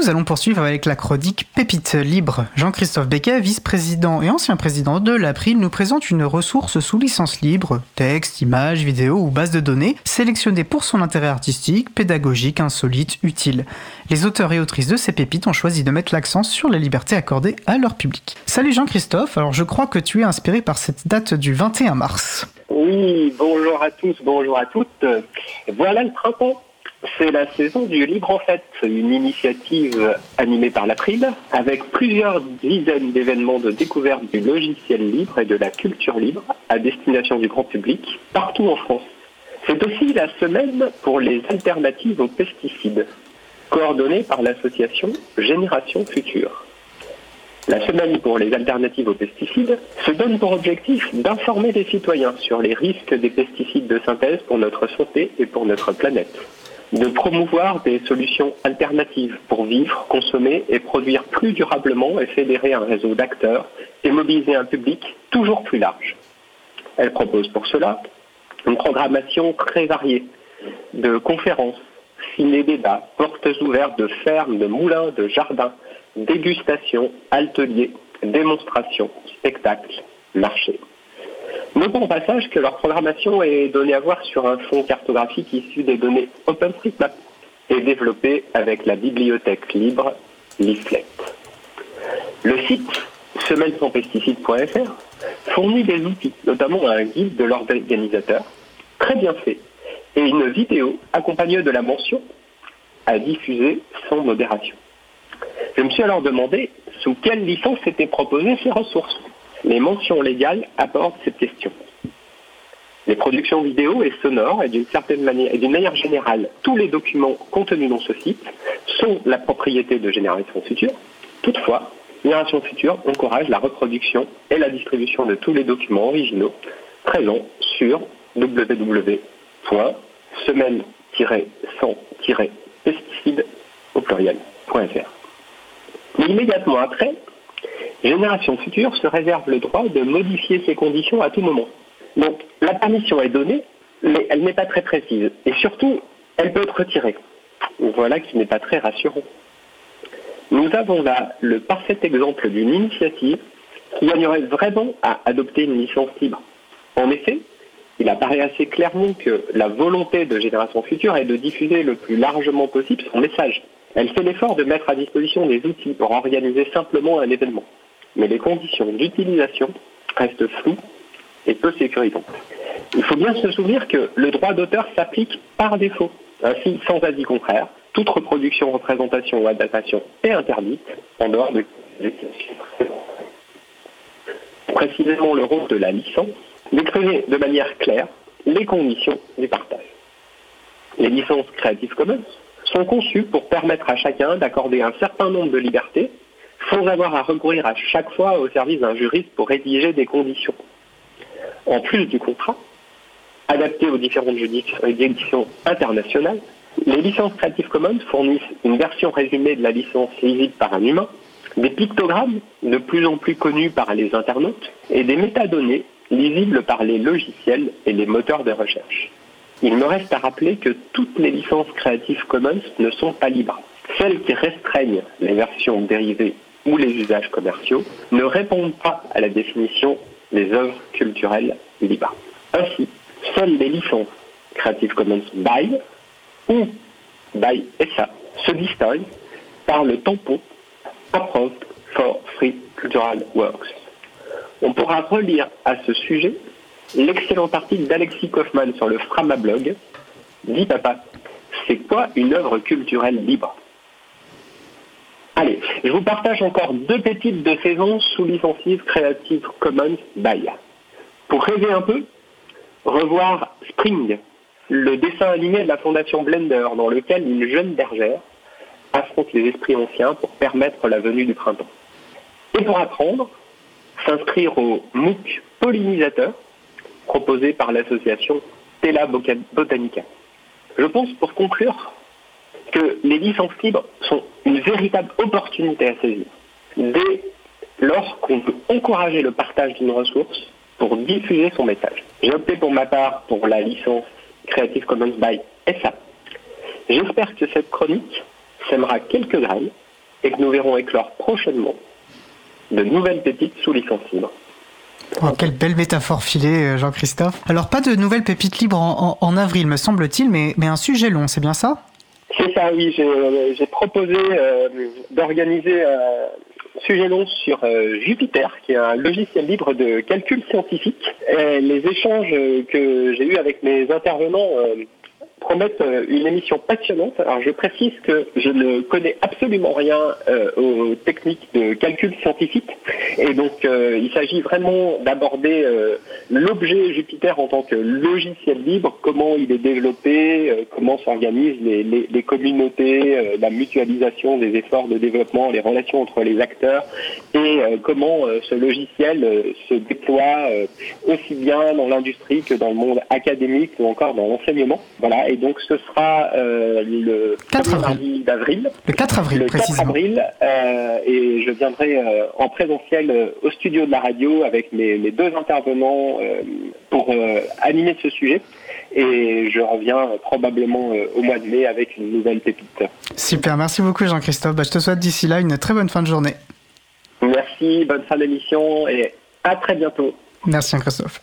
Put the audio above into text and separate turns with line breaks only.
Nous allons poursuivre avec la chronique Pépites libres. Jean-Christophe Becquet, vice-président et ancien président de l'April, nous présente une ressource sous licence libre, texte, images, vidéos ou base de données, sélectionnée pour son intérêt artistique, pédagogique, insolite, utile. Les auteurs et autrices de ces pépites ont choisi de mettre l'accent sur la liberté accordée à leur public. Salut Jean-Christophe, alors je crois que tu es inspiré par cette date du 21 mars.
Oui, bonjour à tous, bonjour à toutes. Voilà le printemps. C'est la saison du Libre en Fête, une initiative animée par l'April, avec plusieurs dizaines d'événements de découverte du logiciel libre et de la culture libre à destination du grand public, partout en France. C'est aussi la semaine pour les alternatives aux pesticides, coordonnée par l'association Génération Future. La semaine pour les alternatives aux pesticides se donne pour objectif d'informer les citoyens sur les risques des pesticides de synthèse pour notre santé et pour notre planète, de promouvoir des solutions alternatives pour vivre, consommer et produire plus durablement et fédérer un réseau d'acteurs et mobiliser un public toujours plus large. Elle propose pour cela une programmation très variée de conférences, ciné-débats, portes ouvertes de fermes, de moulins, de jardins, dégustations, ateliers, démonstrations, spectacles, marchés. Notons au passage que leur programmation est donnée à voir sur un fonds cartographique issu des données OpenStreetMap et développé avec la bibliothèque libre Leaflet. Le site semaine-sans-pesticides.fr fournit des outils, notamment un guide de l'organisateur, très bien fait, et une vidéo accompagnée de la mention à diffuser sans modération. Je me suis alors demandé sous quelle licence étaient proposées ces ressources. Les mentions légales abordent cette question. Les productions vidéo et sonores et d'une manière générale, tous les documents contenus dans ce site sont la propriété de Génération Future. Toutefois, Génération Future encourage la reproduction et la distribution de tous les documents originaux présents sur www.semaine-sans-pesticides au pluriel.fr. Mais immédiatement après, Génération Future se réserve le droit de modifier ses conditions à tout moment. Donc, la permission est donnée, mais elle n'est pas très précise. Et surtout, elle peut être retirée. Voilà qui n'est pas très rassurant. Nous avons là le parfait exemple d'une initiative qui gagnerait vraiment à adopter une licence libre. En effet, il apparaît assez clairement que la volonté de Génération Future est de diffuser le plus largement possible son message. Elle fait l'effort de mettre à disposition des outils pour organiser simplement un événement. Mais les conditions d'utilisation restent floues et peu sécurisantes. Il faut bien se souvenir que le droit d'auteur s'applique par défaut. Ainsi, sans avis contraire, toute reproduction, représentation ou adaptation est interdite en dehors de l'exception. Précisément le rôle de la licence, d'exprimer de manière claire les conditions du partage. Les licences Creative Commons sont conçues pour permettre à chacun d'accorder un certain nombre de libertés sans avoir à recourir à chaque fois au service d'un juriste pour rédiger des conditions. En plus du contrat, adapté aux différentes juridictions internationales, les licences Creative Commons fournissent une version résumée de la licence lisible par un humain, des pictogrammes de plus en plus connus par les internautes et des métadonnées lisibles par les logiciels et les moteurs de recherche. Il me reste à rappeler que toutes les licences Creative Commons ne sont pas libres. Celles qui restreignent les versions dérivées ou les usages commerciaux ne répondent pas à la définition des œuvres culturelles libres. Ainsi, seules les licences Creative Commons by ou by SA se distinguent par le tampon Approved for Free Cultural Works. On pourra relire à ce sujet l'excellent article d'Alexis Kaufman sur le Framablog. Dis papa, c'est quoi une œuvre culturelle libre ? Allez, je vous partage encore 2 pépites de saison sous licence Creative Commons by. Pour rêver un peu, revoir Spring, le dessin animé de la fondation Blender, dans lequel une jeune bergère affronte les esprits anciens pour permettre la venue du printemps. Et pour apprendre, s'inscrire au MOOC pollinisateur proposé par l'association Tela Botanica. Je pense, pour conclure, que les licences libres sont une véritable opportunité à saisir. Dès lors qu'on peut encourager le partage d'une ressource pour diffuser son message. J'ai opté pour ma part pour la licence Creative Commons by SA. J'espère que cette chronique sèmera quelques graines et que nous verrons éclore prochainement de nouvelles pépites sous licence libre.
Oh, quelle belle métaphore filée, Jean-Christophe. Alors, pas de nouvelles pépites libres en avril, me semble-t-il, mais un sujet long, c'est bien ça ?
C'est ça, oui. J'ai proposé d'organiser un sujet long sur Jupyter, qui est un logiciel libre de calcul scientifique. Et les échanges que j'ai eus avec mes intervenants promettent une émission passionnante. Alors je précise que je ne connais absolument rien aux techniques de calcul scientifique et donc il s'agit vraiment d'aborder l'objet Jupyter en tant que logiciel libre, comment il est développé, comment s'organisent les communautés, la mutualisation des efforts de développement, les relations entre les acteurs et comment ce logiciel se déploie aussi bien dans l'industrie que dans le monde académique ou encore dans l'enseignement. Voilà. Et donc ce sera le
4
mardi d'avril.
Le 4 avril,
le 4
précisément.
avril, et je viendrai en présentiel au studio de la radio avec mes deux intervenants pour animer ce sujet. Et je reviens probablement au mois de mai avec une nouvelle pépite.
Super, merci beaucoup Jean-Christophe. Je te souhaite d'ici là une très bonne fin de journée.
Merci, bonne fin d'émission et à très bientôt.
Merci Jean-Christophe.